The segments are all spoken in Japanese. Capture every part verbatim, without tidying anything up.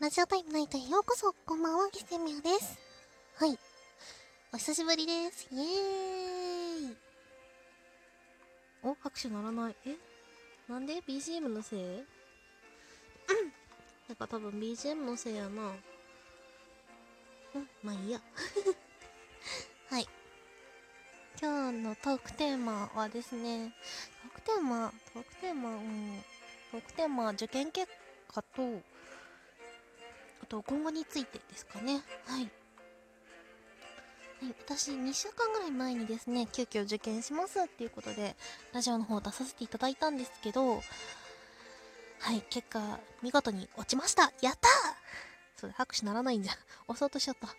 ラジオタイムナイトへようこそ。こんばんは、キセミヤです。はい。お久しぶりです。イエーイ。お、拍手鳴らない。えなんで ?ビージーエム のせいなんか多分 ビージーエム のせいやな。うん、まあいいや。はい。今日のトークテーマはですね、トークテーマ、トークテーマ、うん、トークテーマ、受験結果と、あと今後についてですかね。はい。はい、私にしゅうかんぐらい前にですね、急遽受験しますっていうことでラジオの方を出させていただいたんですけど、はい、結果見事に落ちました。やったー。そう、拍手ならないんじゃん。押そうとしちゃった。そう、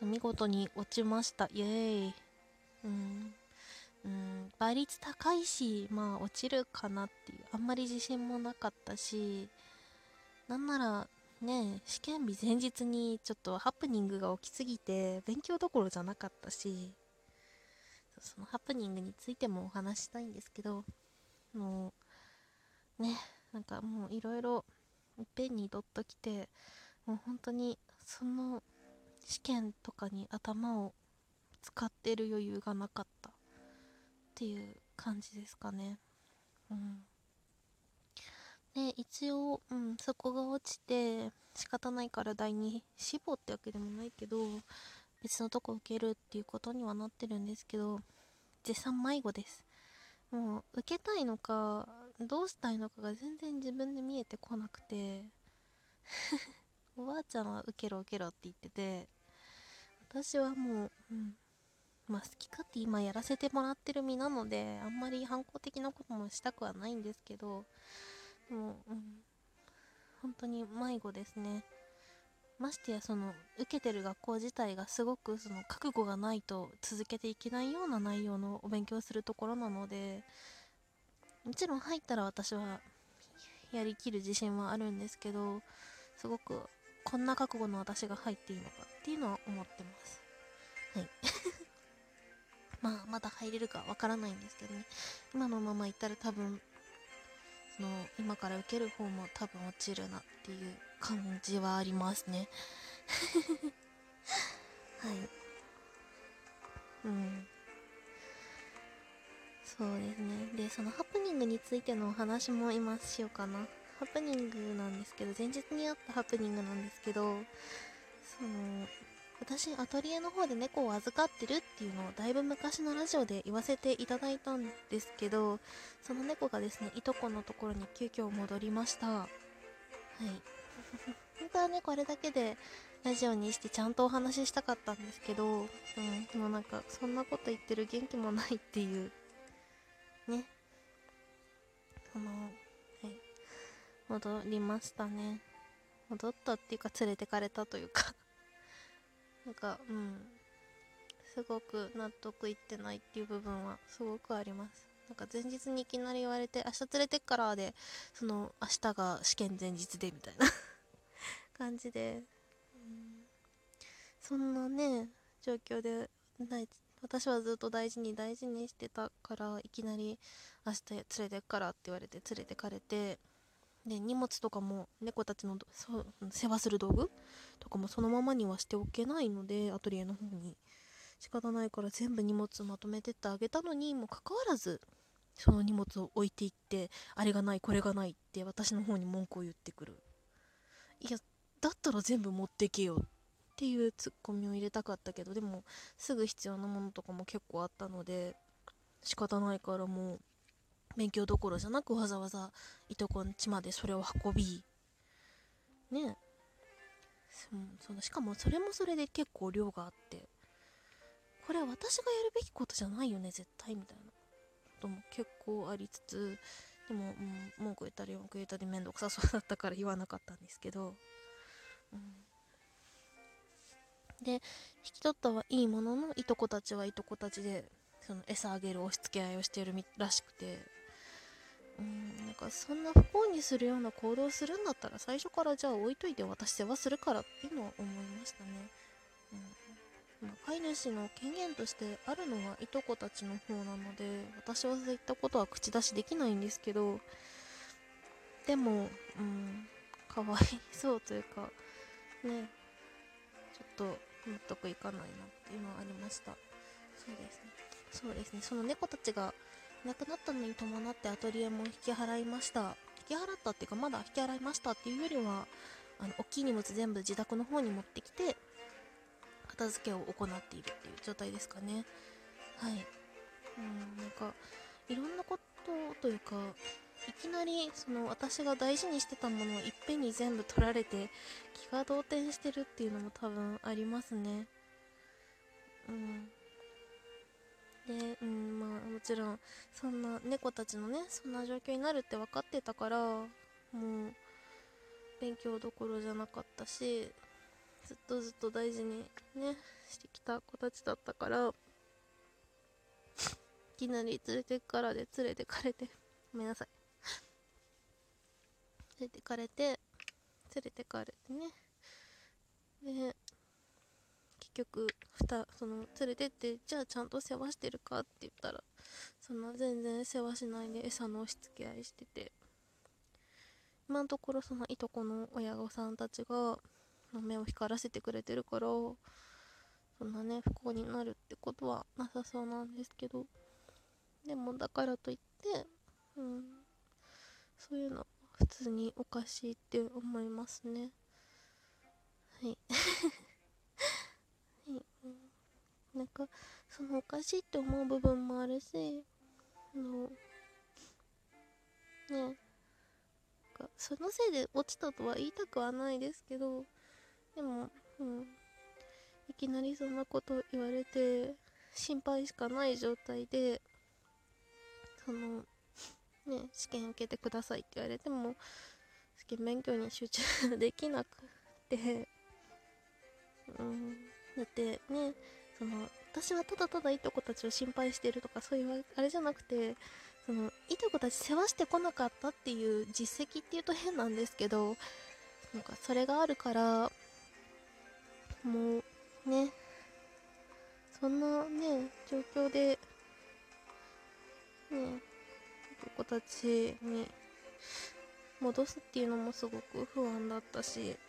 見事に落ちました。イエーイ。うんうん倍率高いし、まあ落ちるかなっていう、あんまり自信もなかったし、なんならね、試験日前日にちょっとハプニングが起きすぎて勉強どころじゃなかったし、そのハプニングについてもお話ししたいんですけど、もうね、なんかもういろいろいっぺんにどっときて、もう本当にその試験とかに頭を使ってる余裕がなかったっていう感じですかね。うん。で、一応、うん、そこが落ちて仕方ないから第二志望ってわけでもないけど、別のとこ受けるっていうことにはなってるんですけど、絶賛迷子です。もう受けたいのかどうしたいのかが全然自分で見えてこなくて、おばあちゃんは受けろ受けろって言ってて、私はもう、うん、まあ好き勝手今やらせてもらってる身なので、あんまり反抗的なこともしたくはないんですけど、もう、うん、本当に迷子ですね。ましてやその受けてる学校自体がすごくその覚悟がないと続けていけないような内容のお勉強をするところなので、もちろん入ったら私はやりきる自信はあるんですけど、すごくこんな覚悟の私が入っていいのかっていうのは思ってます。はい。まあまだ入れるかわからないんですけどね、今のままいったら多分その今から受ける方も多分落ちるなっていう感じはありますね。はい。うん、そうですね。で、そのハプニングについてのお話も今しようかな。ハプニングなんですけど、前日にあったハプニングなんですけど、その私アトリエの方で猫を預かってるっていうのをだいぶ昔のラジオで言わせていただいたんですけど、その猫がですね、いとこのところに急遽戻りました。はい。本当はね、これだけでラジオにしてちゃんとお話ししたかったんですけど、うん、でもなんかそんなこと言ってる元気もないっていうね。その、はい、戻りましたね。戻ったっていうか連れてかれたというかなんか、うん、すごく納得いってないっていう部分はすごくあります。なんか前日にいきなり言われて、明日連れてっからで、その明日が試験前日でみたいな感じで、うん、そんなね状況で、私はずっと大事に大事にしてたから、いきなり明日連れてっからって言われて連れてかれて、で荷物とかも猫たちのそう世話する道具とかもそのままにはしておけないので、アトリエの方に仕方ないから全部荷物まとめてってあげたのにもかかわらず、その荷物を置いていって、あれがないこれがないって私の方に文句を言ってくる。いや、だったら全部持ってけよっていうツッコミを入れたかったけど、でもすぐ必要なものとかも結構あったので、仕方ないからもう勉強どころじゃなく、わざわざいとこん家までそれを運びね。そのしかもそれもそれで結構量があって、これは私がやるべきことじゃないよね絶対みたいなことも結構ありつつ、でも、うん、文句言ったり文句言ったりめんどくさそうだったから言わなかったんですけど、うん、で引き取ったはいいものの、いとこたちはいとこたちでその餌あげる押し付け合いをしているらしくて、うん、なんかそんな不幸にするような行動をするんだったら最初からじゃあ置いといて私世話するからっていうのは思いましたね。うん、まあ、飼い主の権限としてあるのはいとこたちの方なので、私はそういったことは口出しできないんですけど、でも、うん、 かわいそうというかね、ちょっと納得いかないなっていうのはありました。そうですねそうですねその猫たちがいなくなったのに伴ってアトリエも引き払いました。引き払ったっていうか、まだ引き払いましたっていうよりは、あの大きい荷物全部自宅の方に持ってきて片付けを行っているっていう状態ですかね。はい。うん、なんかいろんなことというか、いきなりその私が大事にしてたものをいっぺんに全部取られて気が動転してるっていうのも多分ありますね。うん。で、うん、まあもちろんそんな猫たちのね、そんな状況になるって分かってたから、もう勉強どころじゃなかったし、ずっとずっと大事にねしてきた子たちだったから、いきなり連れてからで連れてかれてごめんなさい連れてかれて連れてかれてね、で結局ふたその連れてって、じゃあちゃんと世話してるかって言ったら、そんな全然世話しないで餌の押し付け合いしてて、今のところそのいとこの親御さんたちが目を光らせてくれてるから、そんなね不幸になるってことはなさそうなんですけど、でもだからといって、うん、そういうの普通におかしいって思いますね。はい、はい、なんかそのおかしいって思う部分もあるし、あのねかそのせいで落ちたとは言いたくはないですけど、でも、うん、いきなりそんなこと言われて心配しかない状態で、そのね試験受けてくださいって言われても試験勉強に集中できなくて、うん、だってね、その私はただただいとこたちを心配してるとかそういうあれじゃなくて、そのいとこたち世話してこなかったっていう実績っていうと変なんですけど、なんかそれがあるからもうね、そんなね状況でねいとこたちに戻すっていうのもすごく不安だったしね、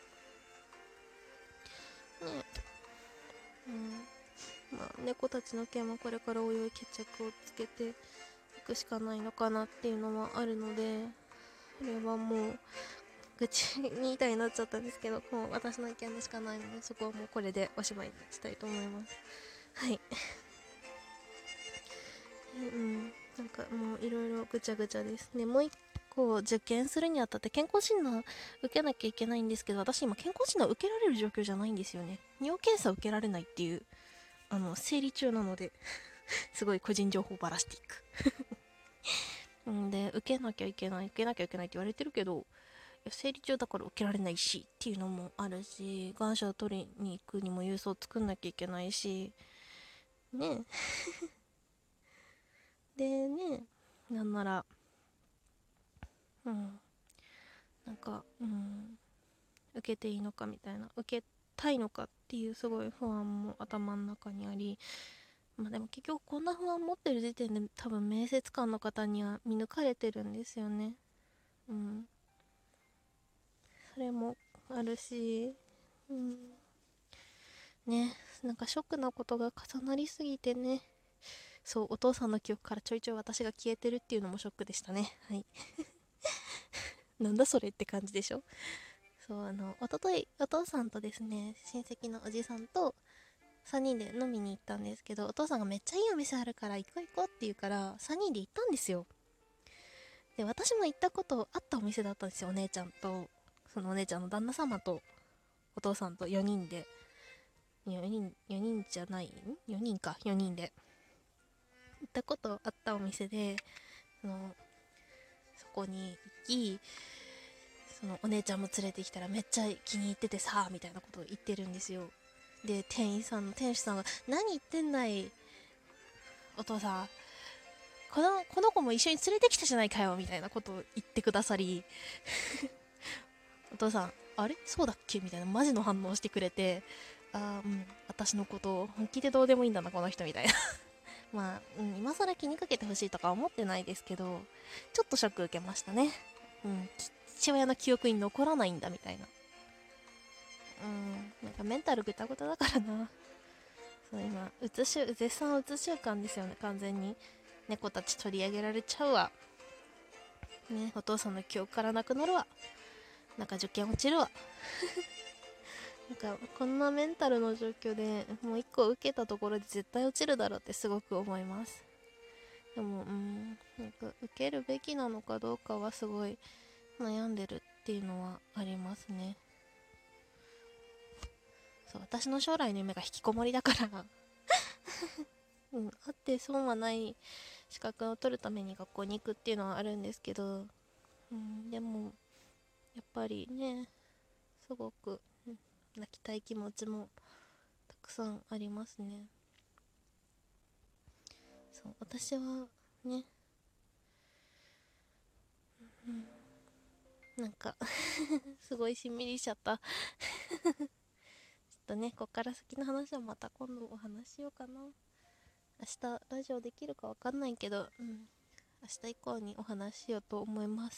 うん、まあ猫たちの件はこれからおいおい決着をつけていくしかないのかなっていうのはあるので、これはもう愚痴に言いたいになっちゃったんですけど、もう私の意見でしかないので、そこはもうこれでおしまいにしたいと思います。はいうん、なんかもういろいろぐちゃぐちゃですね。もう一個受験するにあたって健康診断受けなきゃいけないんですけど、私今健康診断受けられる状況じゃないんですよね。尿検査受けられないっていう、あの生理中なのですごい個人情報ばらしていくんで、受けなきゃいけない受けなきゃいけないって言われてるけど、いや生理中だから受けられないしっていうのもあるし、願書を取りに行くにも郵送作んなきゃいけないしねでね、なんならうんなんかうん受けていいのかみたいな、受けたいのかっていうすごい不安も頭の中にあり、まあでも結局こんな不安持ってる時点で多分面接官の方には見抜かれてるんですよね。うんそれもあるし、うんね、なんかショックなことが重なりすぎてね、そうお父さんの記憶からちょいちょい私が消えてるっていうのもショックでしたね。はいなんだそれって感じでしょ。そうあの一昨日お父さんとですね、親戚のおじさんとさんにんで飲みに行ったんですけど、お父さんがめっちゃいいお店あるから行こう行こうって言うからさんにんで行ったんですよ。で私も行ったことあったお店だったんですよ。お姉ちゃんとそのお姉ちゃんの旦那様とお父さんとよにんで、よにんよにんじゃないんよにんかよにんで行ったことあったお店で、そのそこに行き、そのお姉ちゃんも連れてきたらめっちゃ気に入っててさみたいなことを言ってるんですよ。で店員さんの店主さんが何言ってんだいお父さん、このこの子も一緒に連れてきたじゃないかよみたいなことを言ってくださり、お父さんあれそうだっけみたいなマジの反応してくれて、あーうん私のこと本気でどうでもいいんだなこの人みたいなまあ、うん、今更気にかけてほしいとか思ってないですけど、ちょっとショック受けましたね。うん父親の記憶に残らないんだみたいな。うん、なんかメンタルぐたぐただからな。そう、今うつしゅ絶賛うつ習慣ですよね、完全に。猫たち取り上げられちゃうわね、お父さんの記憶からなくなるわ、なんか受験落ちるわなんかこんなメンタルの状況でもう一個受けたところで絶対落ちるだろうってすごく思います。でもうんなんか受けるべきなのかどうかはすごい悩んでるっていうのはありますね。そう、私の将来の夢が引きこもりだからうん、あって損はない資格を取るために学校に行くっていうのはあるんですけど、うん、でもやっぱりね、すごく、うん、泣きたい気持ちもたくさんありますね。そう、私はね、うん、なんかすごいしんみりしちゃったちょっとね、こっから先の話はまた今度お話ししようかな。明日ラジオできるかわかんないけど、うん、明日以降にお話ししようと思います。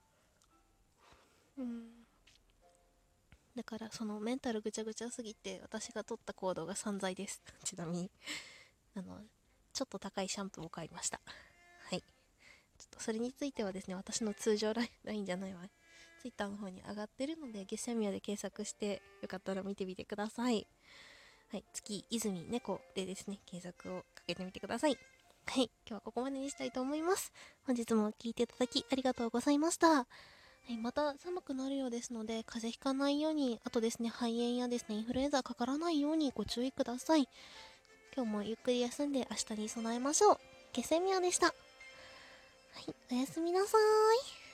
うん、だからそのメンタルぐちゃぐちゃすぎて私が取った行動が散財ですちなみにあのちょっと高いシャンプーを買いました。はい、ちょっとそれについてはですね、私の通常ライン、ラインじゃないわ、ツイッターの方に上がってるので、ゲセミヤで検索してよかったら見てみてください。はい、月泉猫でですね、検索をかけてみてください。はい、今日はここまでにしたいと思います。本日も聞いていただきありがとうございました。はい、また寒くなるようですので、風邪ひかないように、あとですね、肺炎やですね、インフルエンザかからないようにご注意ください。今日もゆっくり休んで明日に備えましょう。ゲセミヤでした。はい、おやすみなさーい。